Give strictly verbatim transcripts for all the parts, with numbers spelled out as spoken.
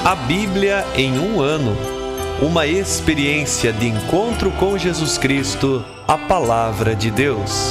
A Bíblia em um ano. Uma experiência de encontro com Jesus Cristo, a Palavra de Deus.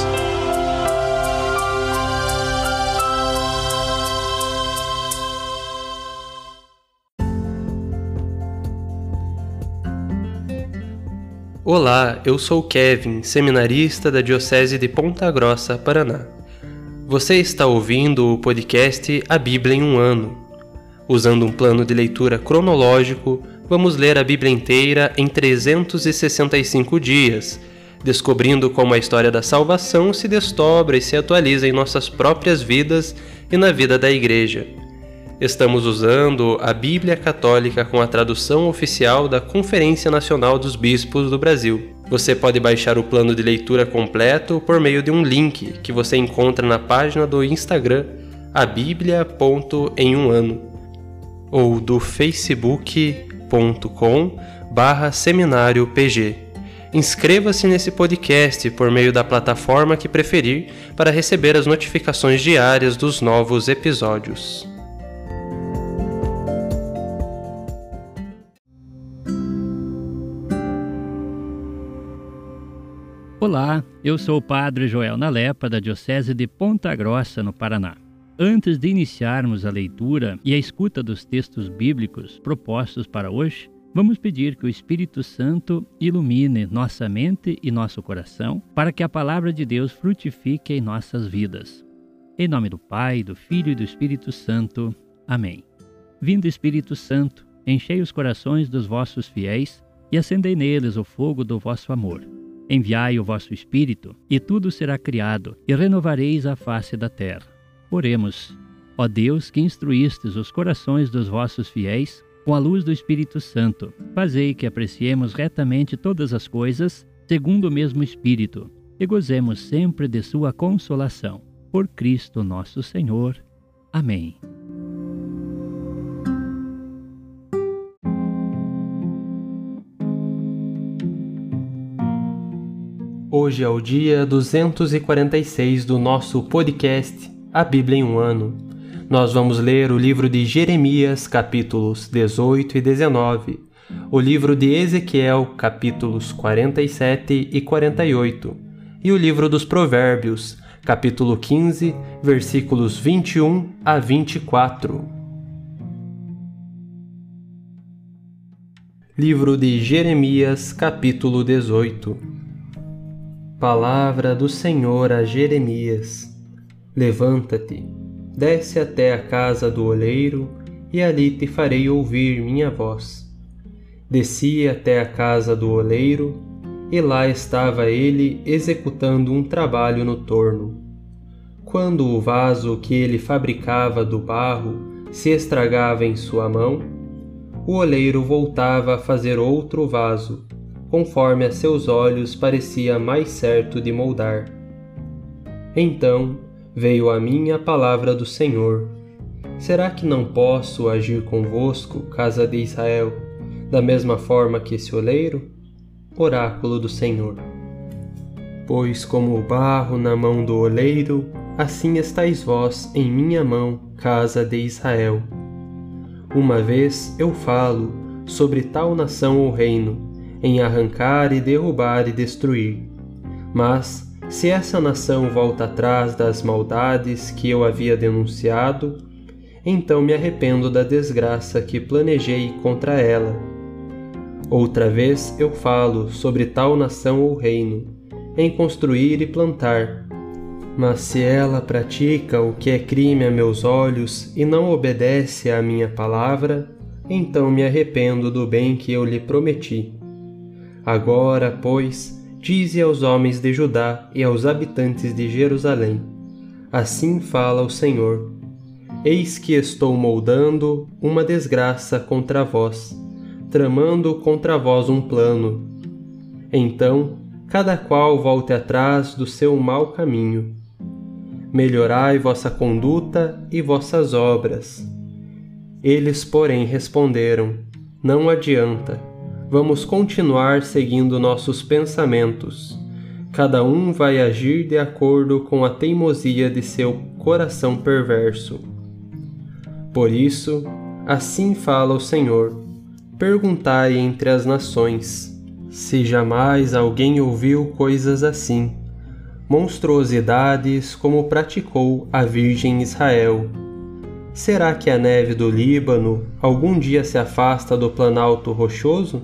Olá, eu sou Kevin, seminarista da Diocese de Ponta Grossa, Paraná. Você está ouvindo o podcast A Bíblia em um ano. Usando um plano de leitura cronológico, vamos ler a Bíblia inteira em trezentos e sessenta e cinco dias, descobrindo como a história da salvação se desdobra e se atualiza em nossas próprias vidas e na vida da Igreja. Estamos usando a Bíblia Católica com a tradução oficial da Conferência Nacional dos Bispos do Brasil. Você pode baixar o plano de leitura completo por meio de um link que você encontra na página do Instagram a bíblia ponto em um ano ou do facebook ponto com barra seminário P G. Inscreva-se nesse podcast por meio da plataforma que preferir para receber as notificações diárias dos novos episódios. Olá, eu sou o Padre Joel Nalepa, da Diocese de Ponta Grossa, no Paraná. Antes de iniciarmos a leitura e a escuta dos textos bíblicos propostos para hoje, vamos pedir que o Espírito Santo ilumine nossa mente e nosso coração para que a Palavra de Deus frutifique em nossas vidas. Em nome do Pai, do Filho e do Espírito Santo. Amém. Vindo Espírito Santo, enchei os corações dos vossos fiéis e acendei neles o fogo do vosso amor. Enviai o vosso Espírito, e tudo será criado, e renovareis a face da terra. Oremos. Ó Deus, que instruístes os corações dos vossos fiéis com a luz do Espírito Santo, fazei que apreciemos retamente todas as coisas, segundo o mesmo Espírito, e gozemos sempre de sua consolação. Por Cristo nosso Senhor. Amém. Hoje é o dia duzentos e quarenta e seis do nosso podcast A Bíblia em um ano. Nós vamos ler o livro de Jeremias, capítulos dezoito e dezenove, o livro de Ezequiel, capítulos quarenta e sete e quarenta e oito, e o livro dos Provérbios, capítulo quinze, versículos vinte e um a vinte e quatro. Livro de Jeremias, capítulo dezoito. Palavra do Senhor a Jeremias. Levanta-te, desce até a casa do oleiro, e ali te farei ouvir minha voz. Desci até a casa do oleiro, e lá estava ele executando um trabalho no torno. Quando o vaso que ele fabricava do barro se estragava em sua mão, o oleiro voltava a fazer outro vaso, conforme a seus olhos parecia mais certo de moldar. Então veio a mim a palavra do Senhor: será que não posso agir convosco, casa de Israel, da mesma forma que esse oleiro? Oráculo do Senhor. Pois como o barro na mão do oleiro, assim estáis vós em minha mão, casa de Israel. Uma vez eu falo sobre tal nação ou reino, em arrancar e derrubar e destruir. Mas, se essa nação volta atrás das maldades que eu havia denunciado, então me arrependo da desgraça que planejei contra ela. Outra vez eu falo sobre tal nação ou reino, em construir e plantar. Mas se ela pratica o que é crime a meus olhos e não obedece à minha palavra, então me arrependo do bem que eu lhe prometi. Agora, pois, dize aos homens de Judá e aos habitantes de Jerusalém: assim fala o Senhor: eis que estou moldando uma desgraça contra vós, tramando contra vós um plano. Então, cada qual volte atrás do seu mau caminho. Melhorai vossa conduta e vossas obras. Eles, porém, responderam: não adianta. Vamos continuar seguindo nossos pensamentos. Cada um vai agir de acordo com a teimosia de seu coração perverso. Por isso, Assim fala o Senhor. Perguntai entre as nações, se jamais alguém ouviu coisas assim, monstruosidades como praticou a Virgem Israel. Será que a neve do Líbano algum dia se afasta do planalto rochoso?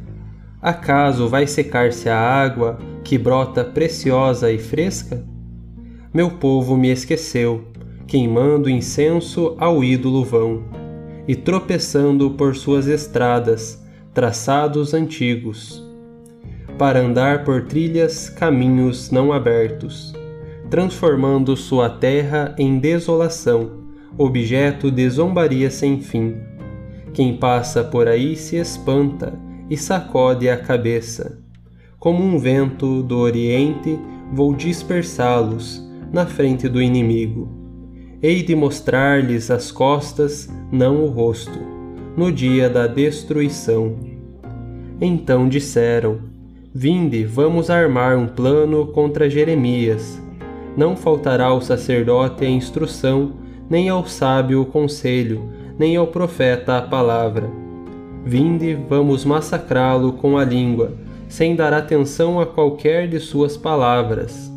Acaso vai secar-se a água que brota preciosa e fresca? Meu povo me esqueceu, queimando incenso ao ídolo vão, e tropeçando por suas estradas, traçados antigos, para andar por trilhas, caminhos não abertos, transformando sua terra em desolação, objeto de zombaria sem fim. Quem passa por aí se espanta e sacode a cabeça. Como um vento do Oriente, vou dispersá-los na frente do inimigo. Hei de mostrar-lhes as costas, não o rosto, no dia da destruição. Então disseram: Vinde, vamos armar um plano contra Jeremias. Não faltará ao sacerdote a instrução, nem ao sábio o conselho, nem ao profeta a palavra. Vinde, vamos massacrá-lo com a língua, sem dar atenção a qualquer de suas palavras.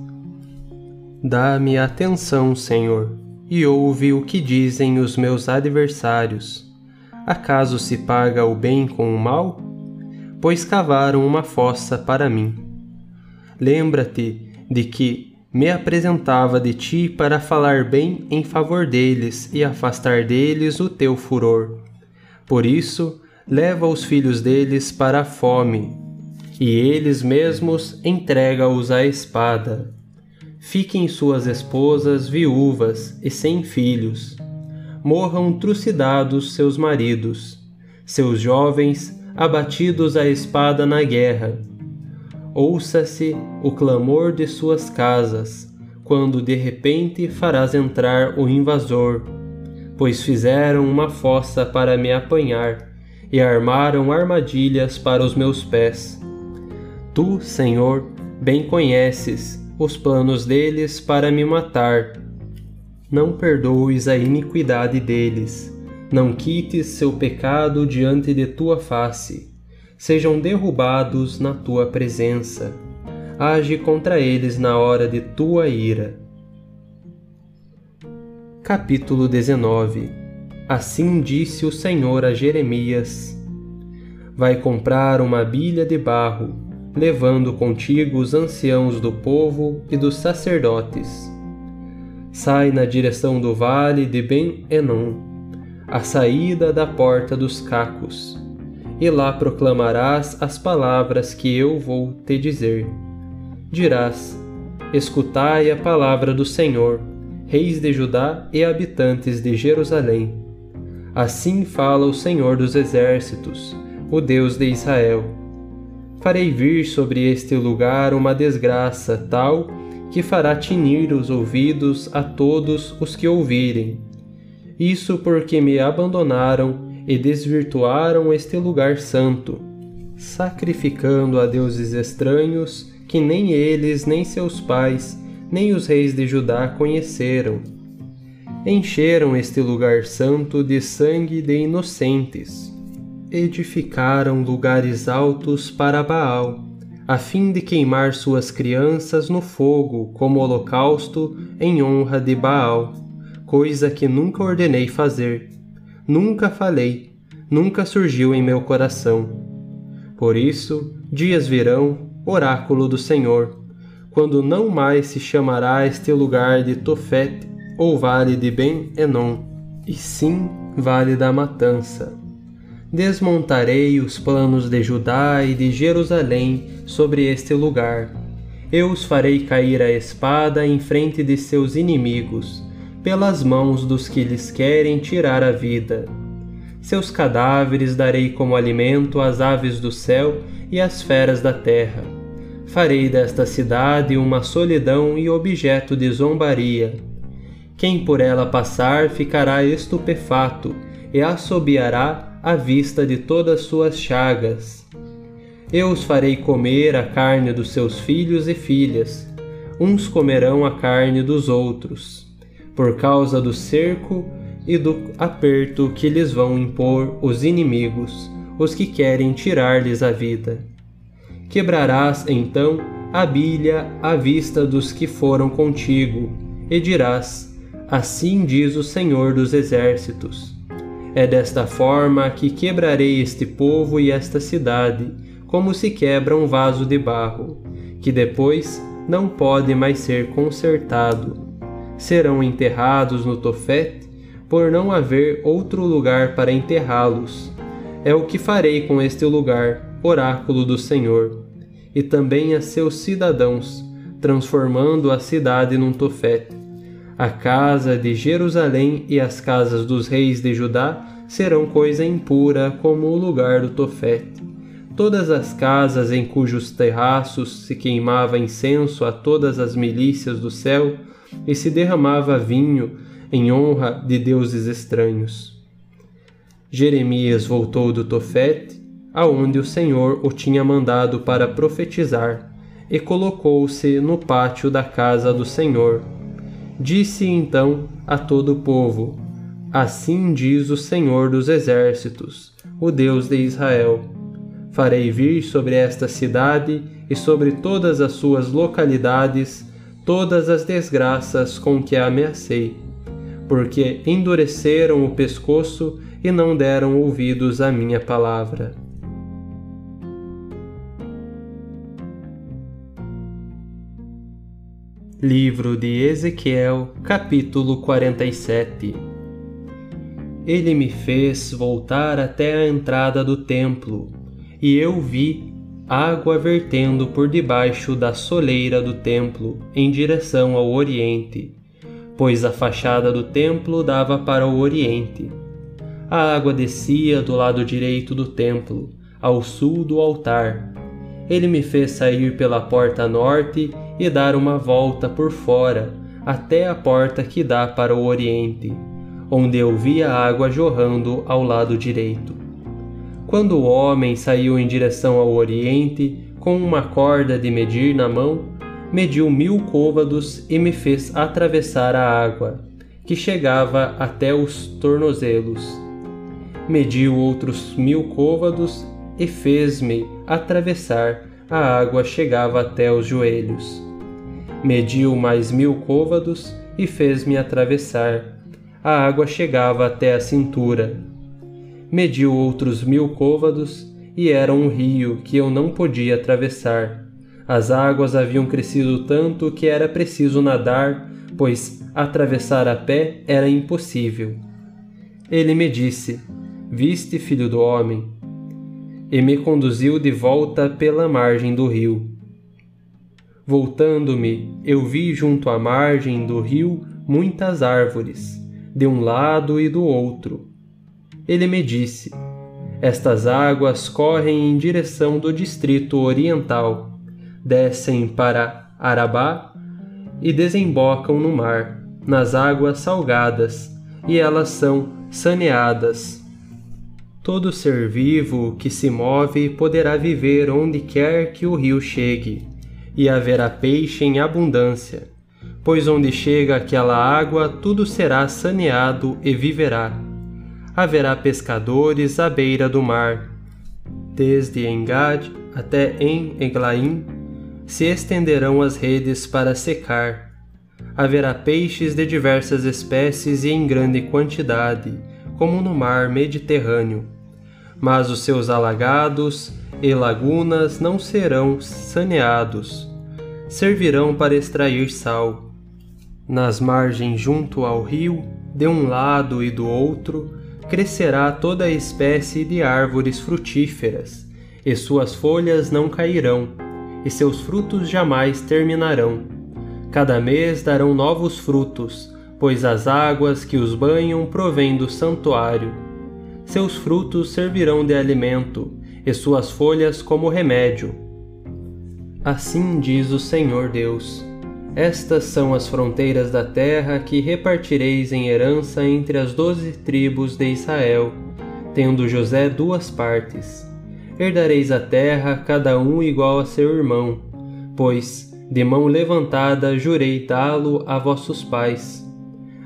Dá-me atenção, Senhor, e ouve o que dizem os meus adversários. Acaso se paga o bem com o mal? Pois cavaram uma fossa para mim. Lembra-te de que me apresentava de ti para falar bem em favor deles e afastar deles o teu furor. Por isso, leva os filhos deles para a fome, e eles mesmos entrega-os à espada. Fiquem suas esposas viúvas e sem filhos. Morram trucidados seus maridos, seus jovens abatidos à espada na guerra. Ouça-se o clamor de suas casas, quando de repente farás entrar o invasor, pois fizeram uma fossa para me apanhar e armaram armadilhas para os meus pés. Tu, Senhor, bem conheces os planos deles para me matar. Não perdoes a iniquidade deles, não quites seu pecado diante de tua face. Sejam derrubados na tua presença. Age contra eles na hora de tua ira. Capítulo dezenove. Assim disse o Senhor a Jeremias: Vai comprar uma bilha de barro, levando contigo os anciãos do povo e dos sacerdotes. Sai na direção do vale de Ben-Enom, à saída da porta dos cacos, e lá proclamarás as palavras que eu vou te dizer. Dirás: Escutai a palavra do Senhor, reis de Judá e habitantes de Jerusalém. Assim fala o Senhor dos exércitos, o Deus de Israel. Farei vir sobre este lugar uma desgraça tal que fará tinir os ouvidos a todos os que ouvirem. Isso porque me abandonaram e desvirtuaram este lugar santo, sacrificando a deuses estranhos que nem eles, nem seus pais, nem os reis de Judá conheceram. Encheram este lugar santo de sangue de inocentes. Edificaram lugares altos para Baal, a fim de queimar suas crianças no fogo como holocausto em honra de Baal, coisa que nunca ordenei fazer, nunca falei, nunca surgiu em meu coração. Por isso, dias virão, oráculo do Senhor, quando não mais se chamará este lugar de Tofete ou vale de Ben-Enom, e sim vale da matança. Desmontarei os planos de Judá e de Jerusalém sobre este lugar. Eu os farei cair a espada em frente de seus inimigos, pelas mãos dos que lhes querem tirar a vida. Seus cadáveres darei como alimento às aves do céu e às feras da terra. Farei desta cidade uma solidão e objeto de zombaria. Quem por ela passar ficará estupefato e assobiará à vista de todas suas chagas. Eu os farei comer a carne dos seus filhos e filhas. Uns comerão a carne dos outros. Por causa do cerco e do aperto que lhes vão impor os inimigos, os que querem tirar-lhes a vida. Quebrarás, então, a bilha à vista dos que foram contigo, e dirás: assim diz o Senhor dos Exércitos. É desta forma que quebrarei este povo e esta cidade, como se quebra um vaso de barro, que depois não pode mais ser consertado. Serão enterrados no Tofete, por não haver outro lugar para enterrá-los. É o que farei com este lugar, oráculo do Senhor, e também a seus cidadãos, transformando a cidade num Tofete. A casa de Jerusalém e as casas dos reis de Judá serão coisa impura como o lugar do Tofete. Todas as casas em cujos terraços se queimava incenso a todas as milícias do céu e se derramava vinho em honra de deuses estranhos. Jeremias voltou do Tofete, aonde o Senhor o tinha mandado para profetizar, e colocou-se no pátio da casa do Senhor. Disse então a todo o povo: assim diz o Senhor dos Exércitos, o Deus de Israel: farei vir sobre esta cidade e sobre todas as suas localidades todas as desgraças com que a ameacei, porque endureceram o pescoço e não deram ouvidos à minha palavra. Livro de Ezequiel, capítulo quarenta e sete. Ele me fez voltar até a entrada do templo, e eu vi água vertendo por debaixo da soleira do templo em direção ao oriente, pois a fachada do templo dava para o oriente. A água descia do lado direito do templo, ao sul do altar. Ele me fez sair pela porta norte e dar uma volta por fora, até a porta que dá para o oriente, onde eu vi a água jorrando ao lado direito. Quando o homem saiu em direção ao oriente, com uma corda de medir na mão, mediu mil côvados e me fez atravessar a água, que chegava até os tornozelos. Mediu outros mil côvados e fez-me atravessar, a água chegava até os joelhos. Mediu mais mil côvados e fez-me atravessar, a água chegava até a cintura. Mediu outros mil côvados e era um rio que eu não podia atravessar. As águas haviam crescido tanto que era preciso nadar, pois atravessar a pé era impossível. Ele me disse: viste, filho do homem? E me conduziu de volta pela margem do rio. Voltando-me, eu vi junto à margem do rio muitas árvores, de um lado e do outro. Ele me disse: estas águas correm em direção do distrito oriental, descem para Arabá e desembocam no mar, nas águas salgadas, e elas são saneadas. Todo ser vivo que se move poderá viver onde quer que o rio chegue, e haverá peixe em abundância, pois onde chega aquela água tudo será saneado e viverá. Haverá pescadores à beira do mar. Desde Engad até em Eglaim se estenderão as redes para secar. Haverá peixes de diversas espécies e em grande quantidade, como no mar Mediterrâneo. Mas os seus alagados e lagunas não serão saneados. Servirão para extrair sal. Nas margens junto ao rio, de um lado e do outro, crescerá toda a espécie de árvores frutíferas, e suas folhas não cairão, e seus frutos jamais terminarão. Cada mês darão novos frutos, pois as águas que os banham provêm do santuário. Seus frutos servirão de alimento, e suas folhas como remédio. Assim diz o Senhor Deus: estas são as fronteiras da terra que repartireis em herança entre as doze tribos de Israel, tendo José duas partes. Herdareis a terra, cada um igual a seu irmão, pois, de mão levantada, jurei dá-lo a vossos pais.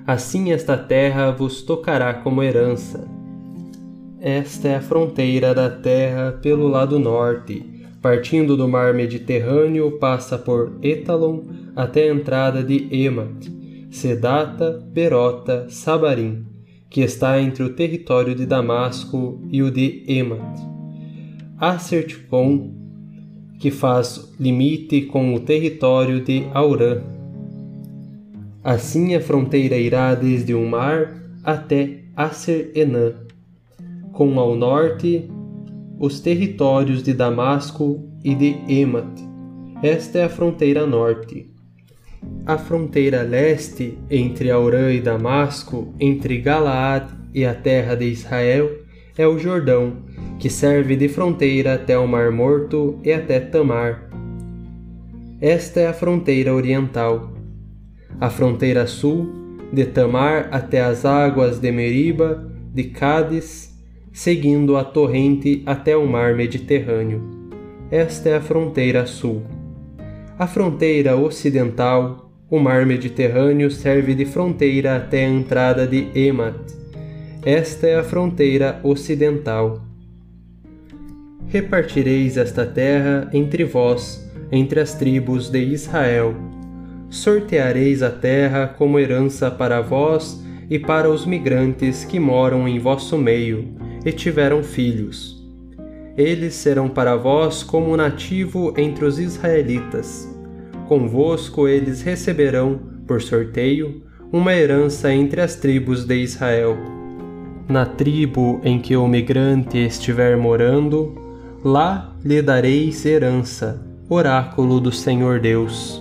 assim esta terra vos tocará como herança. Esta é a fronteira da terra pelo lado norte, partindo do mar Mediterrâneo, passa por Étalon até a entrada de Emat, Sedata, Berota, Sabarim, que está entre o território de Damasco e o de Emat. Acerticon, que faz limite com o território de Aurã. Assim a fronteira irá desde o mar até Aser-Enã, com ao norte os territórios de Damasco e de Emat. Esta é a fronteira norte. A fronteira leste entre Aurã e Damasco, entre Galaad e a terra de Israel, é o Jordão, que serve de fronteira até o Mar Morto e até Tamar. Esta é a fronteira oriental. A fronteira sul, de Tamar até as águas de Meriba, de Cádiz, seguindo a torrente até o mar Mediterrâneo. Esta é a fronteira sul. A fronteira ocidental, o mar Mediterrâneo, serve de fronteira até a entrada de Emat. Esta é a fronteira ocidental. Repartireis esta terra entre vós, entre as tribos de Israel. Sorteareis a terra como herança para vós e para os migrantes que moram em vosso meio e tiveram filhos. Eles serão para vós como nativo entre os israelitas. Convosco eles receberão, por sorteio, uma herança entre as tribos de Israel. Na tribo em que o migrante estiver morando, lá lhe dareis herança, oráculo do Senhor Deus.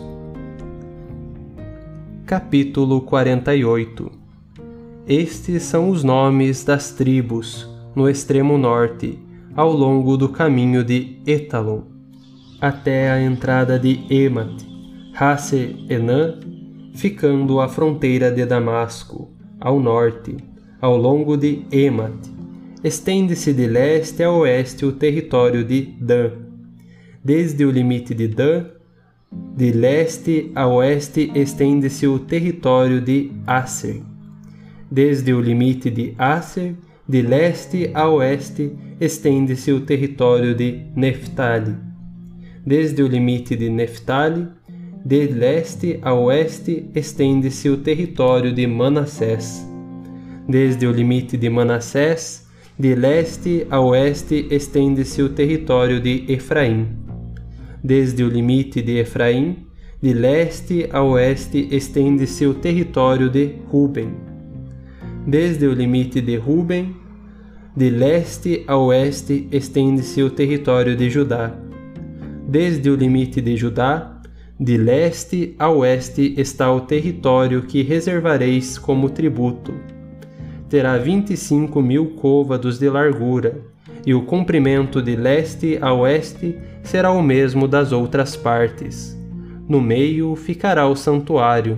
Capítulo quarenta e oito. Estes são os nomes das tribos, no extremo norte, ao longo do caminho de Étalon, até a entrada de Emat, Haser-Enã, ficando à fronteira de Damasco, ao norte, ao longo de Emat. Estende-se de leste a oeste o território de Dan. Desde o limite de Dan, de leste a oeste estende-se o território de Aser. Desde o limite de Aser, de leste a oeste, estende-se o território de Neftali. Desde o limite de Neftali, de leste a oeste, estende-se o território de Manassés. Desde o limite de Manassés, de leste a oeste, estende-se o território de Efraim. Desde o limite de Efraim, de leste a oeste, estende-se o território de Ruben. Desde o limite de Ruben, de leste a oeste, estende-se o território de Judá. Desde o limite de Judá, de leste a oeste, está o território que reservareis como tributo. Terá vinte e cinco mil côvados de largura, e o comprimento de leste a oeste será o mesmo das outras partes. No meio ficará o santuário.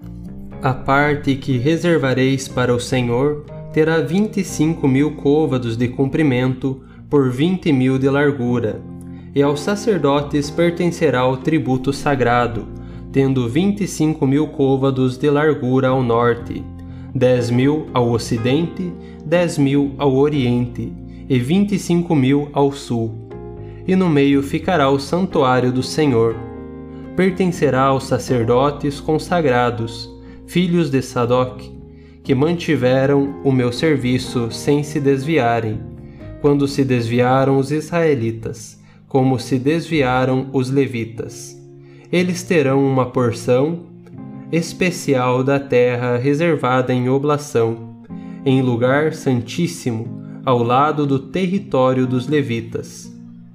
A parte que reservareis para o Senhor terá vinte e cinco mil côvados de comprimento por vinte mil de largura, e aos sacerdotes pertencerá o tributo sagrado, tendo vinte e cinco mil côvados de largura ao norte, dez mil ao ocidente, dez mil ao oriente, e vinte e cinco mil ao sul. E no meio ficará o santuário do Senhor. Pertencerá aos sacerdotes consagrados, filhos de Sadoc, que mantiveram o meu serviço sem se desviarem, quando se desviaram os israelitas, como se desviaram os levitas. Eles terão uma porção especial da terra reservada em oblação, em lugar santíssimo, ao lado do território dos levitas.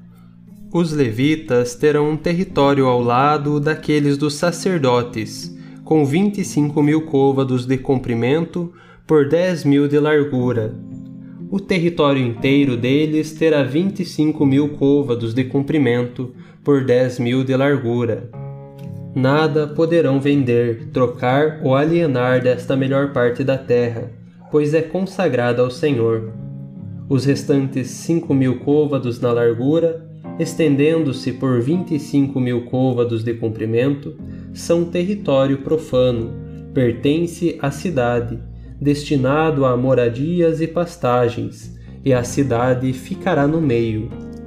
Os levitas terão um território ao lado daqueles dos sacerdotes, com vinte e cinco mil côvados de comprimento por dez mil de largura. O território inteiro deles terá vinte e cinco mil côvados de comprimento por dez mil de largura. Nada poderão vender, trocar ou alienar desta melhor parte da terra, pois é consagrada ao Senhor. Os restantes cinco mil côvados na largura, estendendo-se por vinte e cinco mil côvados de comprimento, são território profano, pertence à cidade, destinado a moradias e pastagens, e a cidade ficará no meio.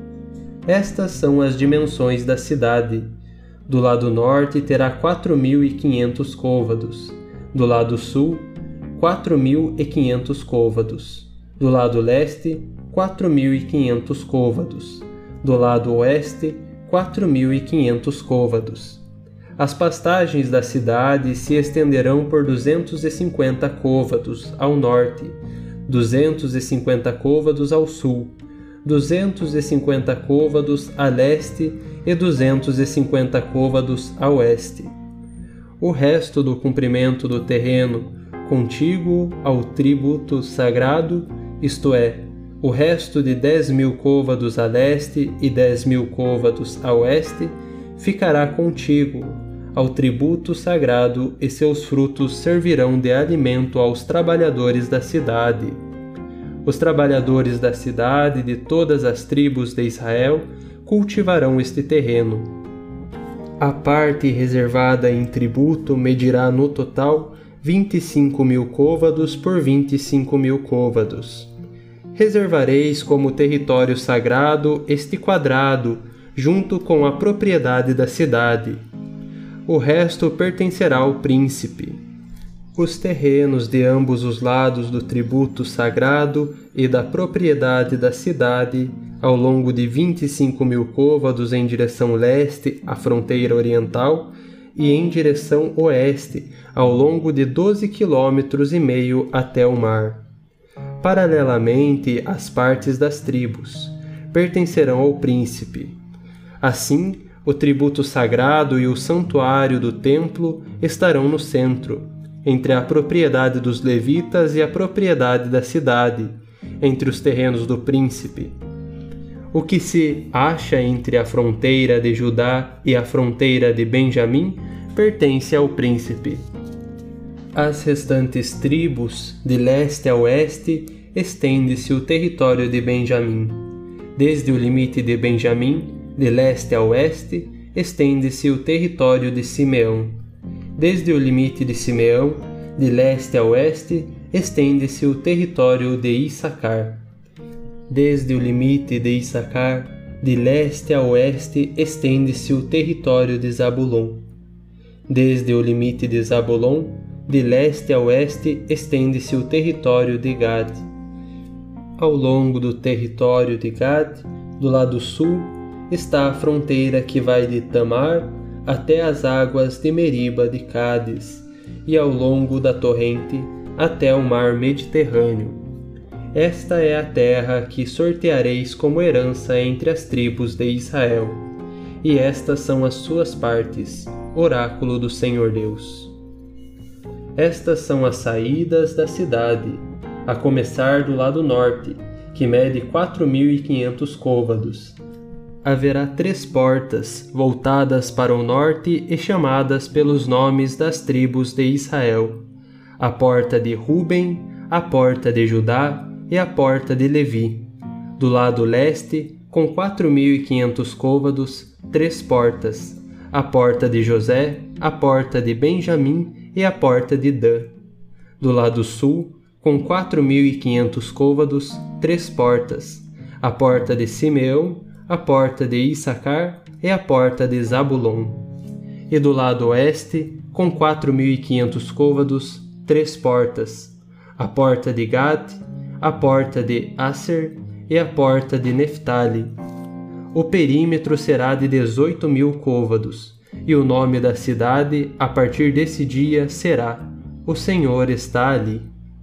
Estas são as dimensões da cidade. Do lado norte terá quatro mil e quinhentos côvados, do lado sul, quatro mil e quinhentos côvados, do lado leste, quatro mil e quinhentos côvados, do lado oeste, quatro mil e quinhentos côvados. As pastagens da cidade se estenderão por duzentos e cinquenta côvados ao norte, duzentos e cinquenta côvados ao sul, duzentos e cinquenta côvados a leste e duzentos e cinquenta côvados a oeste. O resto do comprimento do terreno, contíguo ao tributo sagrado, isto é, o resto de dez mil côvados a leste e dez mil côvados a oeste, ficará contíguo ao tributo sagrado, e seus frutos servirão de alimento aos trabalhadores da cidade. Os trabalhadores da cidade de todas as tribos de Israel cultivarão este terreno. A parte reservada em tributo medirá no total vinte e cinco mil côvados por vinte e cinco mil côvados. Reservareis como território sagrado este quadrado, junto com a propriedade da cidade. O resto pertencerá ao príncipe. Os terrenos de ambos os lados do tributo sagrado e da propriedade da cidade, ao longo de vinte e cinco mil côvados em direção leste, à fronteira oriental, e em direção oeste, ao longo de doze quilômetros e meio até o mar. Paralelamente às partes das tribos, pertencerão ao príncipe. Assim, o tributo sagrado e o santuário do templo estarão no centro, entre a propriedade dos levitas e a propriedade da cidade, entre os terrenos do príncipe. O que se acha entre a fronteira de Judá e a fronteira de Benjamim pertence ao príncipe. Às restantes tribos, de leste a oeste, estende-se o território de Benjamim. Desde o limite de Benjamim, de leste a oeste, estende-se o território de Simeão. Desde o limite de Simeão, de leste a oeste, estende-se o território de Issacar. Desde o limite de Issacar, de leste a oeste, estende-se o território de Zabulon. Desde o limite de Zabulon, de leste a oeste, estende-se o território de Gad. Ao longo do território de Gad, do lado sul, está a fronteira que vai de Tamar até as águas de Meriba de Cádiz, e ao longo da torrente até o mar Mediterrâneo. Esta é a terra que sorteareis como herança entre as tribos de Israel, e estas são as suas partes, oráculo do Senhor Deus. Estas são as saídas da cidade, a começar do lado norte, que mede quatro mil e quinhentos côvados. Haverá três portas, voltadas para o norte e chamadas pelos nomes das tribos de Israel: a porta de Ruben, a porta de Judá e a porta de Levi. Do lado leste, com quatro mil e quinhentos côvados, três portas: a porta de José, a porta de Benjamim e a porta de Dan. Do lado sul, com quatro mil e quinhentos côvados, três portas: a porta de Simeão, a porta de Issacar e a porta de Zabulon. E do lado oeste, com quatro mil e quinhentos côvados, três portas: a porta de Gad, a porta de Asser e a porta de Neftali. O perímetro será de dezoito mil côvados, e o nome da cidade, a partir desse dia, será: O Senhor está ali.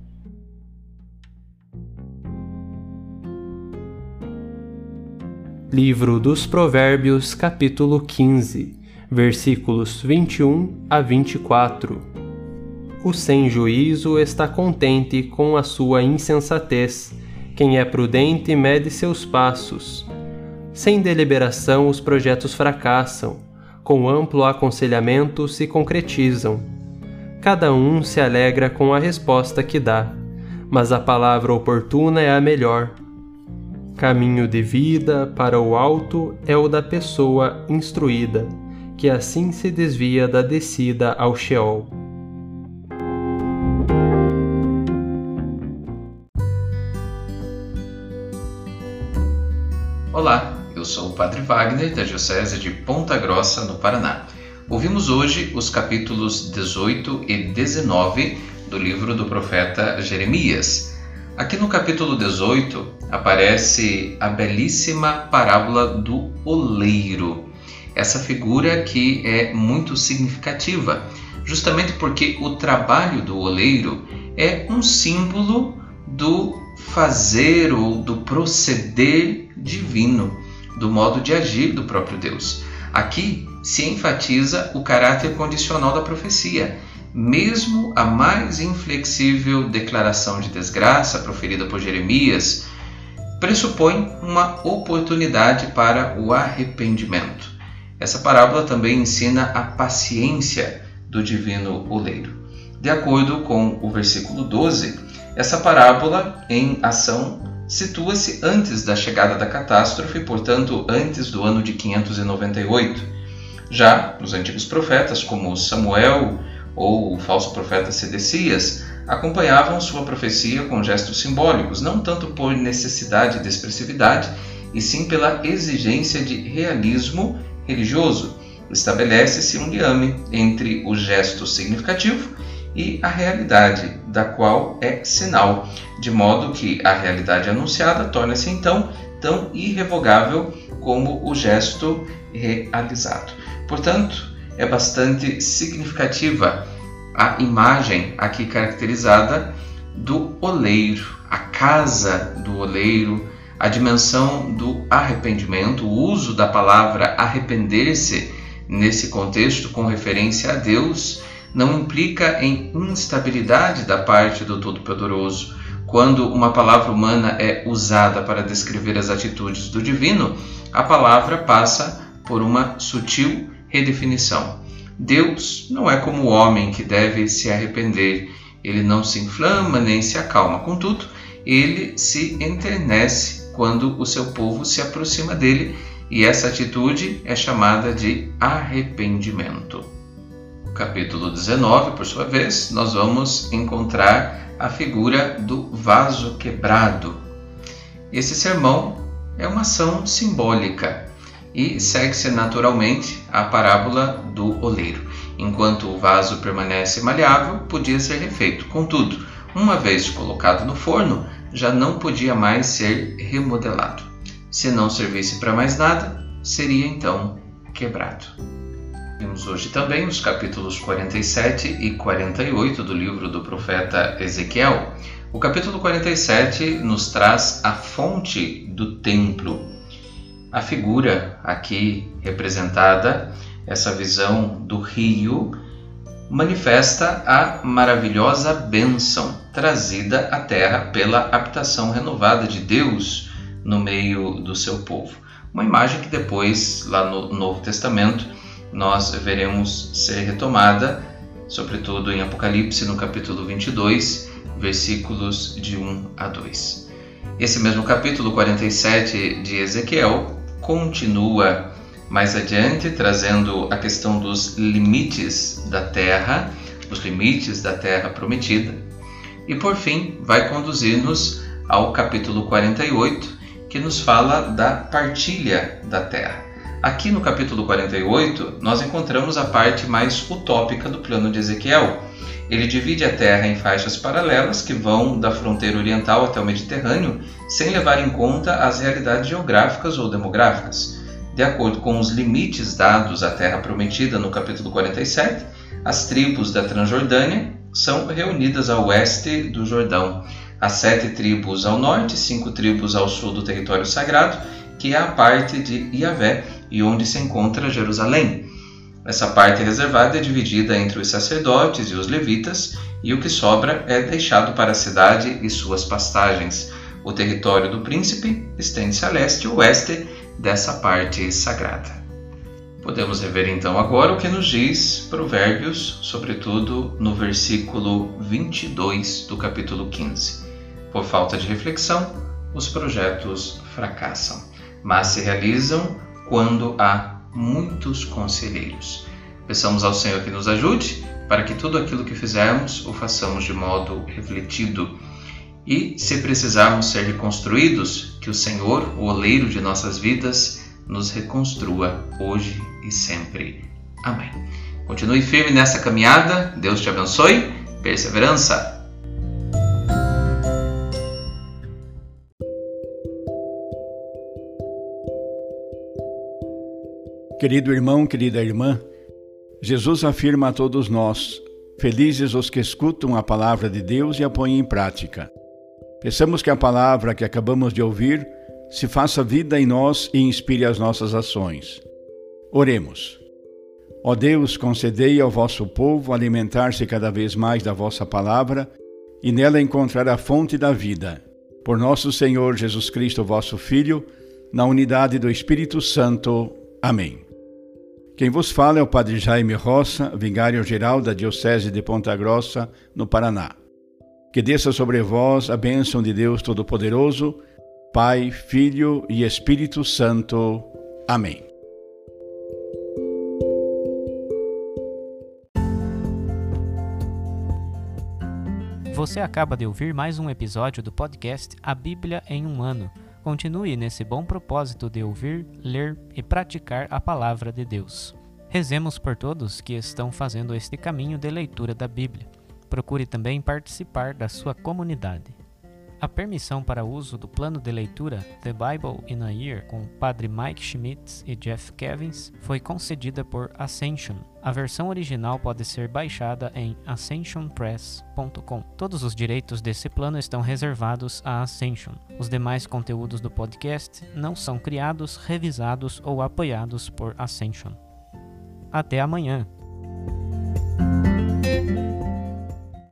Livro dos Provérbios, capítulo quinze, versículos vinte e um a vinte e quatro. O sem juízo está contente com a sua insensatez. Quem é prudente mede seus passos. Sem deliberação os projetos fracassam, com amplo aconselhamento se concretizam. Cada um se alegra com a resposta que dá, mas a palavra oportuna é a melhor. Caminho de vida para o alto é o da pessoa instruída, que assim se desvia da descida ao Sheol. Olá, eu sou o Padre Wagner, da Diocese de Ponta Grossa, no Paraná. Ouvimos hoje os capítulos dezoito e dezenove do livro do profeta Jeremias. Aqui no capítulo dezoito aparece a belíssima parábola do oleiro. Essa figura que é muito significativa, justamente porque o trabalho do oleiro é um símbolo do fazer ou do proceder divino, do modo de agir do próprio Deus. Aqui se enfatiza o caráter condicional da profecia. Mesmo a mais inflexível declaração de desgraça proferida por Jeremias pressupõe uma oportunidade para o arrependimento. Essa parábola também ensina a paciência do divino oleiro. De acordo com o versículo doze, essa parábola em ação situa-se antes da chegada da catástrofe, portanto, antes do ano de quinhentos e noventa e oito. Já os antigos profetas, como Samuel ou o falso profeta Sedecias, acompanhavam sua profecia com gestos simbólicos, não tanto por necessidade de expressividade, e sim pela exigência de realismo religioso. Estabelece-se um liame entre o gesto significativo e a realidade, da qual é sinal, de modo que a realidade anunciada torna-se então tão irrevogável como o gesto realizado. Portanto, é bastante significativa a imagem aqui caracterizada do oleiro, a casa do oleiro, a dimensão do arrependimento, o uso da palavra arrepender-se nesse contexto com referência a Deus não implica em instabilidade da parte do Todo-Poderoso. Quando uma palavra humana é usada para descrever as atitudes do divino, a palavra passa por uma sutil redefinição. Deus não é como o homem que deve se arrepender. Ele não se inflama nem se acalma. Contudo, ele se enternece quando o seu povo se aproxima dele, e essa atitude é chamada de arrependimento. No capítulo dezenove, por sua vez, nós vamos encontrar a figura do vaso quebrado. Esse sermão é uma ação simbólica e segue-se naturalmente à parábola do oleiro. Enquanto o vaso permanece maleável, podia ser refeito. Contudo, uma vez colocado no forno, já não podia mais ser remodelado. Se não servisse para mais nada, seria então quebrado. Vimos hoje também os capítulos quarenta e sete e quarenta e oito do livro do profeta Ezequiel. O capítulo quarenta e sete nos traz a fonte do templo. A figura aqui representada, essa visão do rio, manifesta a maravilhosa bênção trazida à terra pela habitação renovada de Deus no meio do seu povo. Uma imagem que depois, lá no Novo Testamento, nós veremos ser retomada, sobretudo em Apocalipse, no capítulo vinte e dois, versículos de um a dois. Esse mesmo capítulo quarenta e sete de Ezequiel continua mais adiante, trazendo a questão dos limites da terra, os limites da terra prometida, e por fim vai conduzir-nos ao capítulo quarenta e oito, que nos fala da partilha da terra. Aqui no capítulo quarenta e oito, nós encontramos a parte mais utópica do plano de Ezequiel. Ele divide a terra em faixas paralelas que vão da fronteira oriental até o Mediterrâneo, sem levar em conta as realidades geográficas ou demográficas. De acordo com os limites dados à terra prometida no capítulo quarenta e sete, as tribos da Transjordânia são reunidas a oeste do Jordão, as sete tribos ao norte, cinco tribos ao sul do território sagrado, que é a parte de Iavé e onde se encontra Jerusalém. Essa parte reservada é dividida entre os sacerdotes e os levitas, e o que sobra é deixado para a cidade e suas pastagens. O território do príncipe estende-se a leste e oeste dessa parte sagrada. Podemos rever então agora o que nos diz Provérbios, sobretudo no versículo vinte e dois do capítulo quinze. Por falta de reflexão, os projetos fracassam, mas se realizam quando há muitos conselheiros. Peçamos ao Senhor que nos ajude para que tudo aquilo que fizermos o façamos de modo refletido E, se precisarmos ser reconstruídos, que o Senhor, o oleiro de nossas vidas, nos reconstrua hoje e sempre. Amém. Continue firme nessa caminhada. Deus te abençoe. Perseverança. Querido irmão, querida irmã, Jesus afirma a todos nós: felizes os que escutam a palavra de Deus e a põem em prática. Peçamos que a palavra que acabamos de ouvir se faça vida em nós e inspire as nossas ações. Oremos. Ó Deus, concedei ao vosso povo alimentar-se cada vez mais da vossa palavra e nela encontrar a fonte da vida. Por nosso Senhor Jesus Cristo, vosso Filho, na unidade do Espírito Santo. Amém. Quem vos fala é o Padre Jaime Roça, vigário-geral da Diocese de Ponta Grossa, no Paraná. Que desça sobre vós a bênção de Deus Todo-Poderoso, Pai, Filho e Espírito Santo. Amém. Você acaba de ouvir mais um episódio do podcast A Bíblia em um Ano. Continue nesse bom propósito de ouvir, ler e praticar a Palavra de Deus. Rezemos por todos que estão fazendo este caminho de leitura da Bíblia. Procure também participar da sua comunidade. A permissão para uso do plano de leitura The Bible in a Year com o Padre Mike Schmitz e Jeff Kevins foi concedida por Ascension. A versão original pode ser baixada em ascension press ponto com. Todos os direitos desse plano estão reservados à Ascension. Os demais conteúdos do podcast não são criados, revisados ou apoiados por Ascension. Até amanhã!